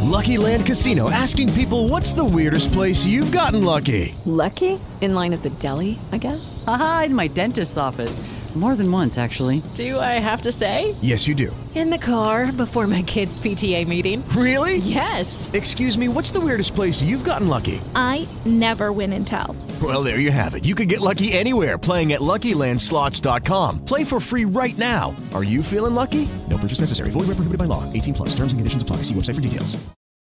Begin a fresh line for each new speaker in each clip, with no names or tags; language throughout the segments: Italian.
Lucky Land Casino, asking people, what's the weirdest place you've gotten lucky?
Lucky? In line at the deli, I guess?
Aha, in my dentist's office. More than once, actually.
Do I have to say?
Yes, you do.
In the car before my kids' PTA meeting.
Really?
Yes.
Excuse me, what's the weirdest place you've gotten lucky?
I never win and tell.
Well, there you have it. You can get lucky anywhere, playing at LuckyLandSlots.com. Play for free right now. Are you feeling lucky? No purchase necessary. Void where prohibited by law. 18+. Terms and conditions apply. See website for details.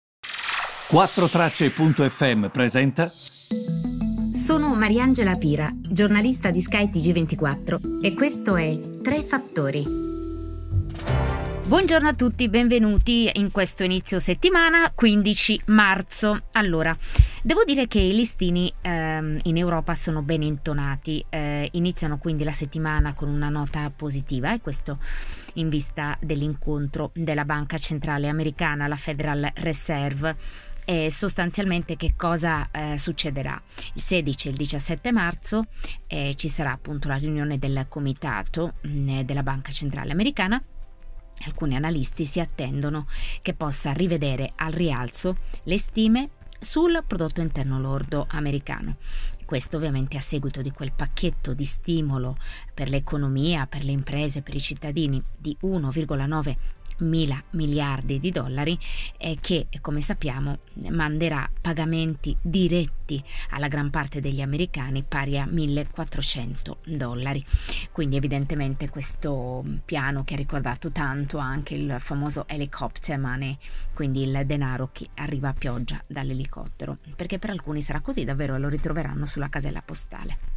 4Tracce.fm presenta.
Sono Mariangela Pira, giornalista di Sky TG24 e questo è Tre Fattori. Buongiorno a tutti, benvenuti in questo inizio settimana, 15 marzo. Allora, devo dire che i listini in Europa sono ben intonati, iniziano quindi la settimana con una nota positiva e questo in vista dell'incontro della Banca Centrale Americana, la Federal Reserve. E sostanzialmente che cosa succederà? Il 16 e il 17 marzo ci sarà appunto la riunione del comitato della Banca Centrale Americana. Alcuni analisti si attendono che possa rivedere al rialzo le stime sul prodotto interno lordo americano. Questo ovviamente a seguito di quel pacchetto di stimolo per l'economia, per le imprese, per i cittadini di 1,9 mila miliardi di dollari che, come sappiamo, manderà pagamenti diretti alla gran parte degli americani pari a $1.400. Quindi evidentemente questo piano che ha ricordato tanto anche il famoso helicopter money, quindi il denaro che arriva a pioggia dall'elicottero, perché per alcuni sarà così davvero e lo ritroveranno sulla casella postale.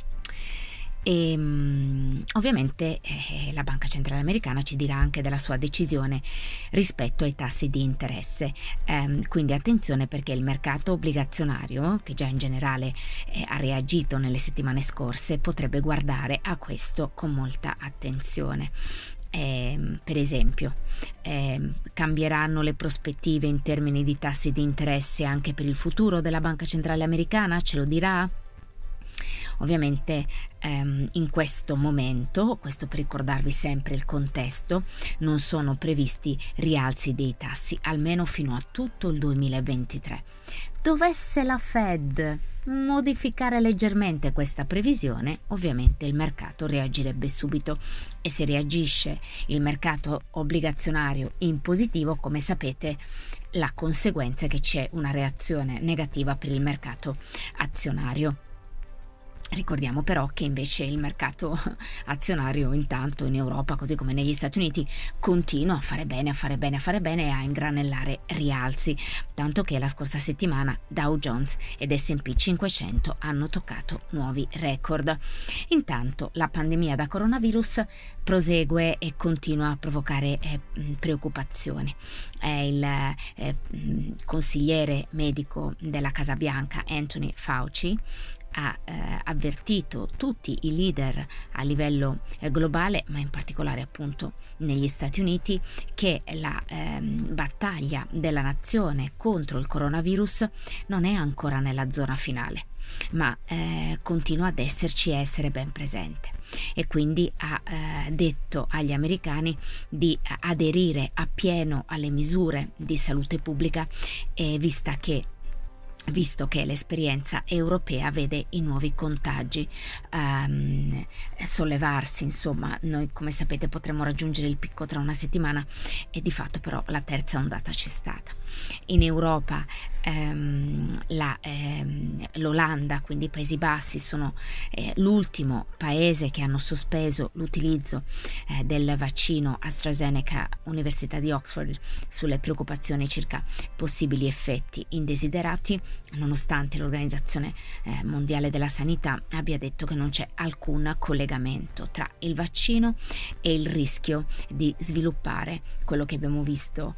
E ovviamente la Banca Centrale Americana ci dirà anche della sua decisione rispetto ai tassi di interesse, quindi attenzione perché il mercato obbligazionario, che già in generale ha reagito nelle settimane scorse, potrebbe guardare a questo con molta attenzione. Per esempio, cambieranno le prospettive in termini di tassi di interesse anche per il futuro della Banca Centrale Americana? Ce lo dirà? Ovviamente in questo momento, questo per ricordarvi sempre il contesto, non sono previsti rialzi dei tassi, almeno fino a tutto il 2023. Dovesse la Fed modificare leggermente questa previsione, ovviamente il mercato reagirebbe subito e se reagisce il mercato obbligazionario in positivo, come sapete, la conseguenza è che c'è una reazione negativa per il mercato azionario. Ricordiamo però che invece il mercato azionario intanto in Europa, così come negli Stati Uniti, continua a fare bene e a ingranellare rialzi, tanto che la scorsa settimana Dow Jones ed S&P 500 hanno toccato nuovi record. Intanto la pandemia da coronavirus prosegue e continua a provocare preoccupazioni. Il consigliere medico della Casa Bianca Anthony Fauci ha avvertito tutti i leader a livello globale, ma in particolare appunto negli Stati Uniti, che la battaglia della nazione contro il coronavirus non è ancora nella zona finale, ma continua ad esserci e essere ben presente, e quindi ha detto agli americani di aderire appieno alle misure di salute pubblica, visto che l'esperienza europea vede i nuovi contagi sollevarsi. Insomma, noi come sapete potremo raggiungere il picco tra una settimana e di fatto però la terza ondata c'è stata. In Europa l'Olanda, quindi i Paesi Bassi, sono l'ultimo paese che hanno sospeso l'utilizzo del vaccino AstraZeneca Università di Oxford sulle preoccupazioni circa possibili effetti indesiderati, nonostante l'Organizzazione Mondiale della Sanità abbia detto che non c'è alcun collegamento tra il vaccino e il rischio di sviluppare quello che abbiamo visto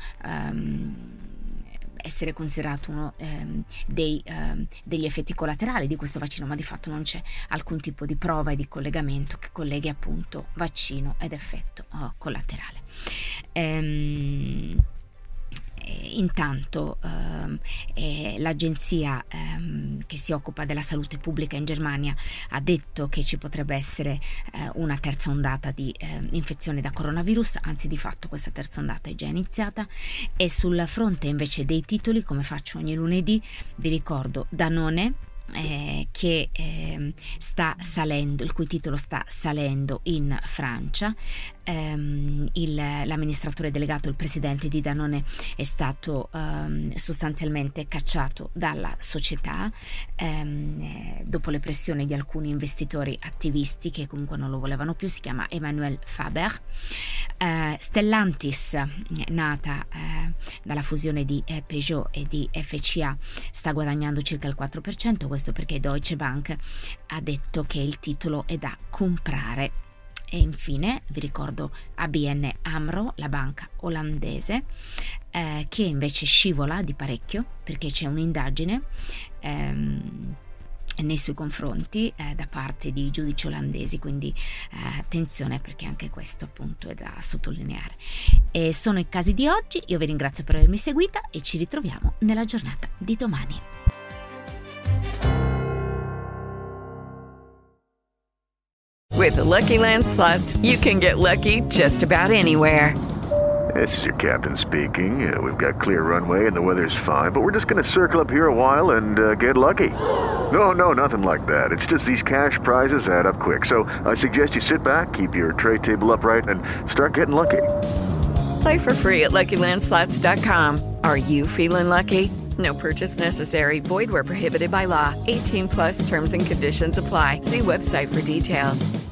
essere considerato uno degli effetti collaterali di questo vaccino, ma di fatto non c'è alcun tipo di prova e di collegamento che colleghi appunto vaccino ed effetto collaterale. Intanto l'agenzia che si occupa della salute pubblica in Germania ha detto che ci potrebbe essere una terza ondata di infezioni da coronavirus, anzi di fatto questa terza ondata è già iniziata. E sul fronte invece dei titoli, come faccio ogni lunedì, vi ricordo Danone, che sta salendo, il cui titolo sta salendo in Francia. L'amministratore delegato, il presidente di Danone, è stato sostanzialmente cacciato dalla società dopo le pressioni di alcuni investitori attivisti che comunque non lo volevano più. Si chiama Emmanuel Faber. Stellantis, nata dalla fusione di Peugeot e di FCA, sta guadagnando circa il 4%, questo perché Deutsche Bank ha detto che il titolo è da comprare. E infine vi ricordo ABN AMRO, la banca olandese, che invece scivola di parecchio perché c'è un'indagine nei suoi confronti da parte di giudici olandesi, quindi attenzione, perché anche questo appunto è da sottolineare. E sono i casi di oggi. Io vi ringrazio per avermi seguita e ci ritroviamo nella giornata di domani.
With the Lucky Land Slots, you can get lucky just about anywhere.
This is your captain speaking. We've got clear runway and the weather's fine, but we're just going to circle up here a while and get lucky. No, nothing like that. It's just these cash prizes add up quick. So I suggest you sit back, keep your tray table upright, and start getting lucky.
Play for free at LuckyLandSlots.com. Are you feeling lucky? No purchase necessary. Void where prohibited by law. 18+ terms and conditions apply. See website for details.